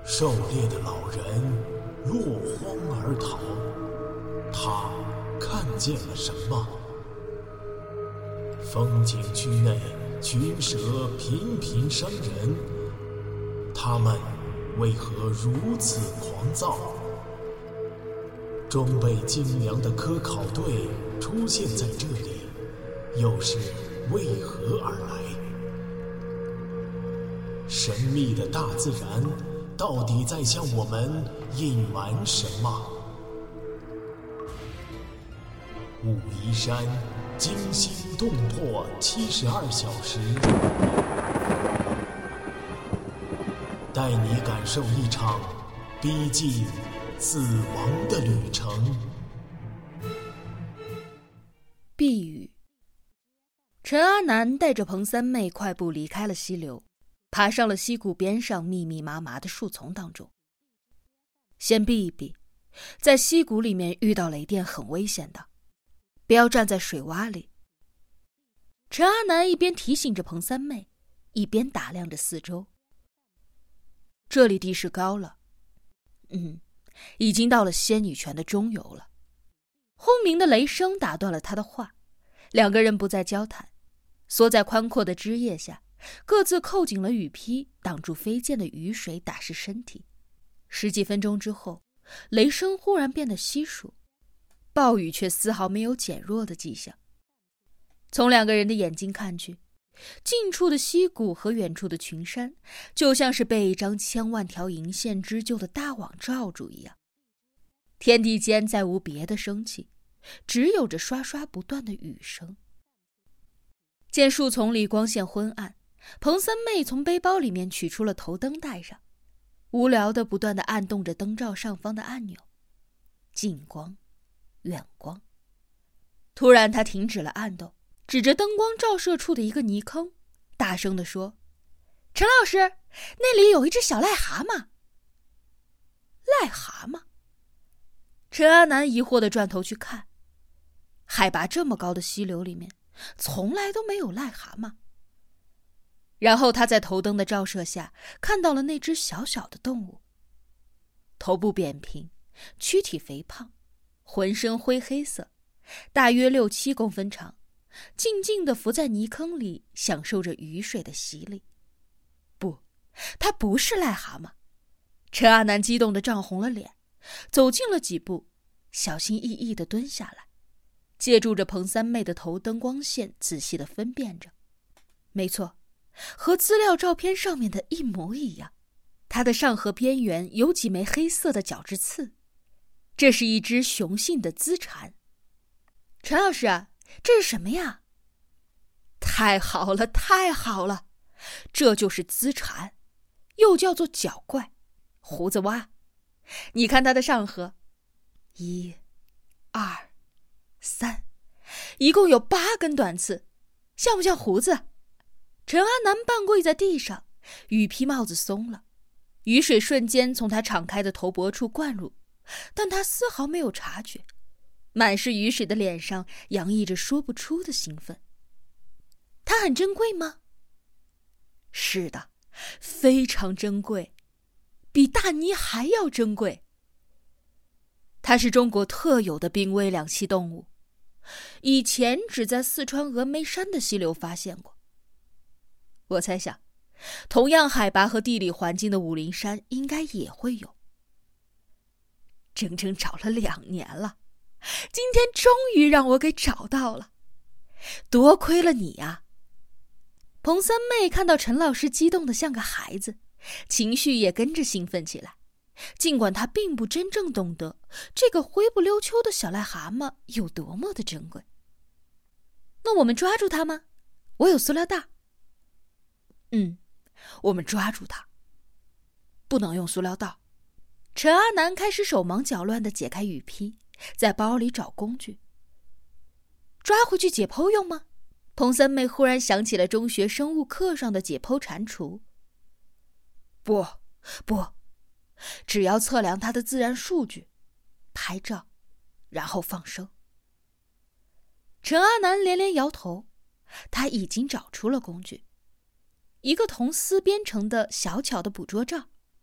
狩猎的老人落荒而逃，他看见了什么？风景区内群蛇频频伤人，他们为何如此狂躁？装备精良的科考队出现在这里，又是为何而来？神秘的大自然到底在向我们隐瞒什么？武夷山惊心动魄72小时，带你感受一场逼近死亡的旅程。 避雨。陈阿南带着彭三妹快步离开了溪流，爬上了溪谷边上密密麻麻的树丛当中。先避一避，在溪谷里面遇到雷电很危险的，不要站在水洼里。陈阿南一边提醒着彭三妹，一边打量着四周。这里地势高了，已经到了仙女泉的中游了。轰鸣的雷声打断了他的话，两个人不再交谈，缩在宽阔的枝叶下，各自扣紧了雨披，挡住飞溅的雨水打湿身体。十几分钟之后，雷声忽然变得稀疏，暴雨却丝毫没有减弱的迹象。从两个人的眼睛看去，近处的溪谷和远处的群山就像是被一张千万条银线织就的大网罩住一样。天地间再无别的声气，只有着刷刷不断的雨声。见树丛里光线昏暗，彭三妹从背包里面取出了头灯带上，无聊地不断地按动着灯罩上方的按钮，近光远光。突然她停止了按动，指着灯光照射处的一个泥坑，大声地说：陈老师，那里有一只小癞蛤蟆。癞蛤蟆？陈阿南疑惑地转头去看，海拔这么高的溪流里面从来都没有癞蛤蟆。然后他在头灯的照射下看到了那只小小的动物，头部扁平，躯体肥胖，浑身灰黑色，大约6、7公分长，静静地浮在泥坑里，享受着雨水的洗礼。不，它不是癞蛤蟆。陈阿南激动地涨红了脸，走近了几步，小心翼翼地蹲下来，借助着彭三妹的头灯光线仔细地分辨着。没错，和资料照片上面的一模一样，它的上颌边缘有几枚黑色的角质刺，这是一只雄性的资蝉。陈老师，这是什么呀？太好了，太好了，这就是资蝉，又叫做角怪、胡子蛙。你看它的上颌，1、2、3，一共有8根短刺，像不像胡子？陈阿南半跪在地上，雨披帽子松了，雨水瞬间从他敞开的头脖处灌入，但他丝毫没有察觉，满是雨水的脸上洋溢着说不出的兴奋。它很珍贵吗？是的，非常珍贵，比大鲵还要珍贵。它是中国特有的濒危两栖动物，以前只在四川峨眉山的溪流发现过。我猜想，同样海拔和地理环境的武陵山应该也会有。整整找了2年了，今天终于让我给找到了，多亏了你啊！彭三妹看到陈老师激动得像个孩子，情绪也跟着兴奋起来，尽管她并不真正懂得这个灰不溜秋的小癞蛤蟆有多么的珍贵。那我们抓住它吗？我有塑料袋。我们抓住它。不能用塑料袋。陈阿南开始手忙脚乱地解开雨披，在包里找工具。抓回去解剖用吗？彭三妹忽然想起了中学生物课上的解剖蟾蜍。不，只要测量它的自然数据，拍照，然后放生。陈阿南连连摇头，他已经找出了工具，一个铜丝编成的小巧的捕捉罩，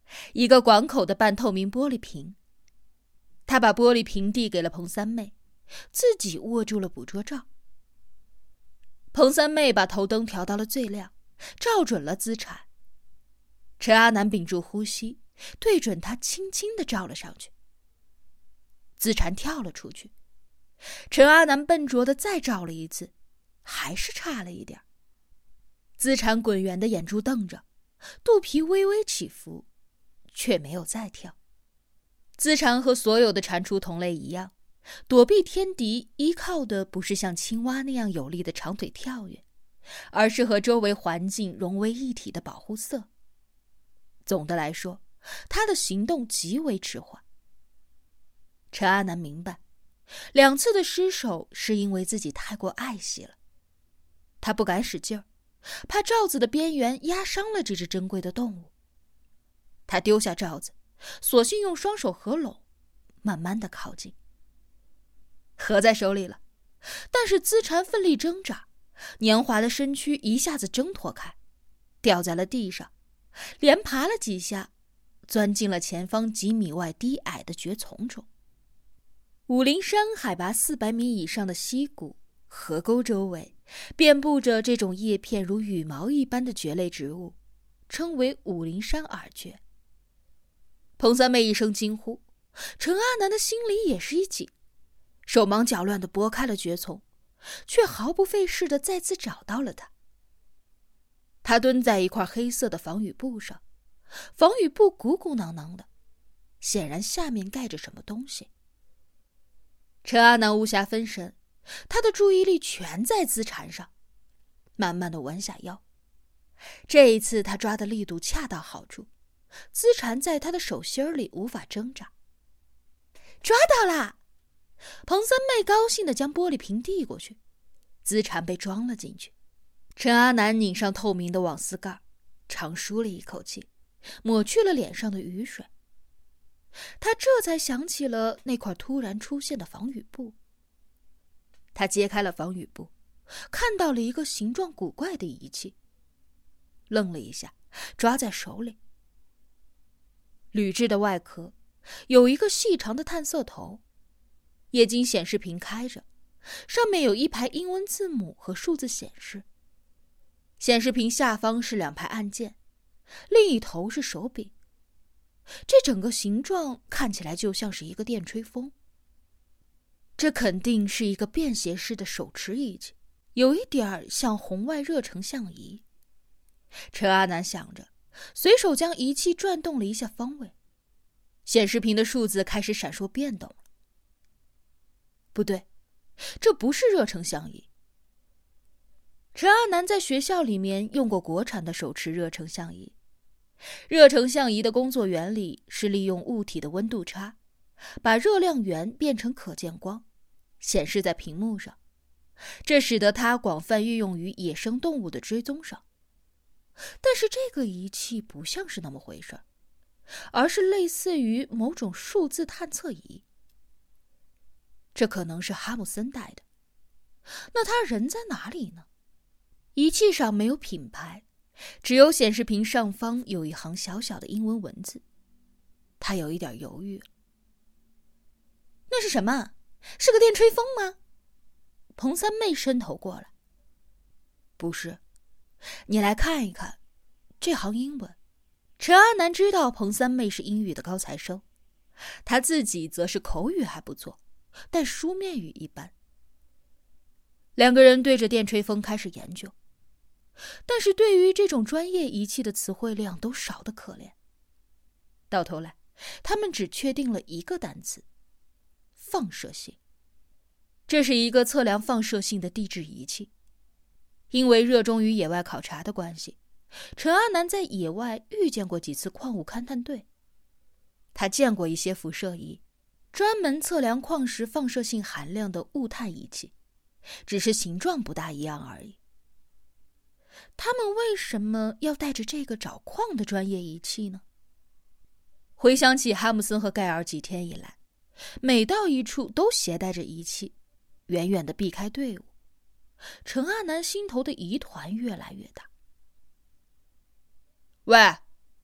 一个广口的半透明玻璃瓶。他把玻璃瓶递给了彭三妹，自己握住了捕捉罩。彭三妹把头灯调到了最亮，照准了资产。陈阿南屏住呼吸，对准他轻轻地照了上去。资产跳了出去，陈阿南笨拙地再照了一次，还是差了一点。资产滚圆的眼珠瞪着，肚皮微微起伏，却没有再跳。资产和所有的蟾蜍同类一样，躲避天敌依靠的不是像青蛙那样有力的长腿跳跃，而是和周围环境融为一体的保护色。总的来说，他的行动极为迟缓。陈阿南明白，2次的失手是因为自己太过爱惜了。他不敢使劲儿，怕罩子的边缘压伤了这只珍贵的动物。他丢下罩子，索性用双手合拢，慢慢地靠近。合在手里了，但是资产奋力挣扎，年华的身躯一下子挣脱开，掉在了地上，连爬了几下，钻进了前方几米外低矮的蕨丛中。武陵山海拔400米以上的溪谷、河沟周围遍布着这种叶片如羽毛一般的蕨类植物，称为武陵山耳蕨。彭三妹一声惊呼，陈阿南的心里也是一紧，手忙脚乱地拨开了蕨丛，却毫不费事地再次找到了它。他蹲在一块黑色的防雨布上，防雨布鼓鼓囊囊的，显然下面盖着什么东西。陈阿南无暇分神，他的注意力全在资产上，慢慢地弯下腰。这一次他抓的力度恰到好处，资产在他的手心里无法挣扎。抓到啦！彭三妹高兴地将玻璃瓶递过去，资产被装了进去。陈阿南拧上透明的网丝盖，长舒了一口气，抹去了脸上的雨水。他这才想起了那块突然出现的防雨布。他揭开了防雨布，看到了一个形状古怪的仪器，愣了一下，抓在手里。铝制的外壳，有一个细长的探色头，液晶显示屏开着，上面有一排英文字母和数字显示。显示屏下方是2排按键，另一头是手柄。这整个形状看起来就像是一个电吹风。这肯定是一个便携式的手持仪器，有一点像红外热成像仪。陈阿南想着，随手将仪器转动了一下方位，显示屏的数字开始闪烁变动了。不对，这不是热成像仪。陈阿南在学校里面用过国产的手持热成像仪。热成像仪的工作原理是利用物体的温度差，把热量源变成可见光，显示在屏幕上，这使得它广泛运用于野生动物的追踪上。但是这个仪器不像是那么回事，而是类似于某种数字探测仪。这可能是哈姆森带的。那他人在哪里呢？仪器上没有品牌，只有显示屏上方有一行小小的英文文字。他有一点犹豫了。那是什么？是个电吹风吗？彭三妹伸头过来。不是，你来看一看这行英文。陈阿南知道彭三妹是英语的高材生，他自己则是口语还不错，但书面语一般。2个人对着电吹风开始研究，但是对于这种专业仪器的词汇量都少得可怜。到头来，他们只确定了一个单词：放射性。这是一个测量放射性的地质仪器。因为热衷于野外考察的关系，陈阿南在野外遇见过几次矿物勘探队。他见过一些辐射仪，专门测量矿石放射性含量的物探仪器，只是形状不大一样而已。他们为什么要带着这个找矿的专业仪器呢？回想起哈姆森和盖尔几天以来，每到一处都携带着仪器，远远地避开队伍，陈阿南心头的疑团越来越大。喂，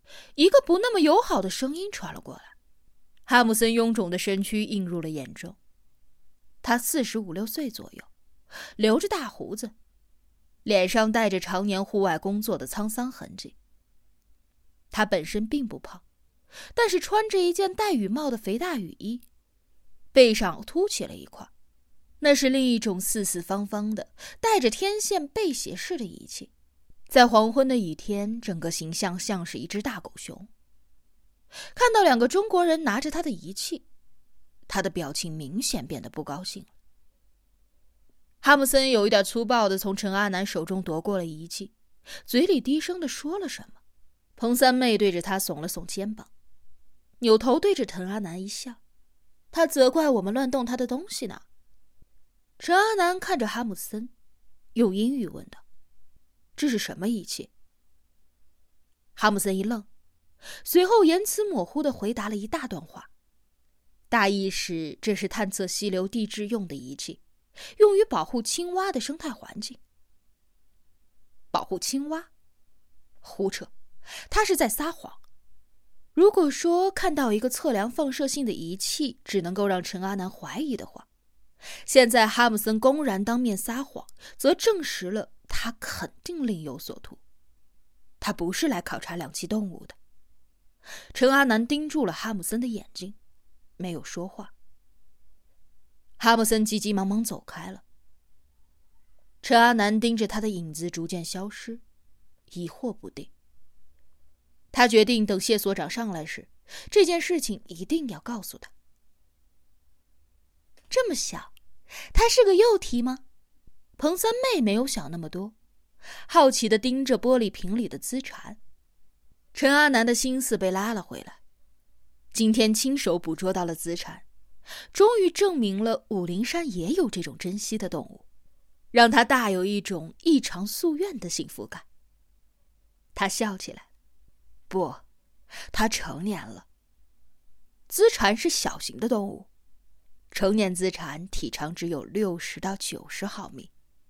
一个不那么友好的声音传了过来。哈姆森臃肿的身躯映入了眼中。他45、6岁左右，留着大胡子，脸上带着常年户外工作的沧桑痕迹。他本身并不胖，但是穿着一件带羽帽的肥大雨衣，背上凸起了一块，那是另一种四四方方的带着天线背斜式的仪器。在黄昏的雨天，整个形象像是一只大狗熊。看到2个中国人拿着他的仪器，他的表情明显变得不高兴了。哈姆森有一点粗暴地从陈阿南手中夺过了仪器，嘴里低声地说了什么。彭三妹对着他耸了耸肩膀，扭头对着陈阿南一笑。他责怪我们乱动他的东西呢。陈阿南看着哈姆森，用英语问道：“这是什么仪器？”哈姆森一愣，随后言辞模糊地回答了一大段话，大意是这是探测溪流地质用的仪器，用于保护青蛙的生态环境。保护青蛙？胡扯，他是在撒谎。如果说看到一个测量放射性的仪器只能够让陈阿南怀疑的话，现在哈姆森公然当面撒谎，则证实了他肯定另有所图。他不是来考察两栖动物的。陈阿南盯住了哈姆森的眼睛，没有说话。哈姆森急急忙忙走开了。陈阿南盯着他的影子逐渐消失，疑惑不定。他决定等谢所长上来时，这件事情一定要告诉他。这么小，他是个幼体吗？彭三妹没有想那么多，好奇地盯着玻璃瓶里的资产。陈阿南的心思被拉了回来。今天亲手捕捉到了资产，终于证明了武陵山也有这种珍稀的动物，让他大有一种异常夙愿的幸福感。他笑起来。不，他成年了。资产是小型的动物，成年资产体长只有60到90毫米。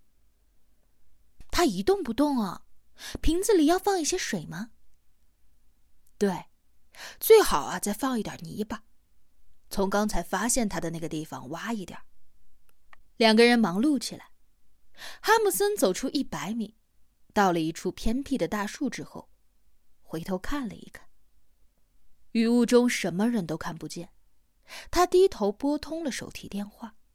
他一动不动啊，瓶子里要放一些水吗？对，最好啊再放一点泥巴，从刚才发现他的那个地方挖一点。2个人忙碌起来。哈姆森走出100米，到了一处偏僻的大树之后，回头看了一看，雨雾中什么人都看不见。他低头拨通了手提电话。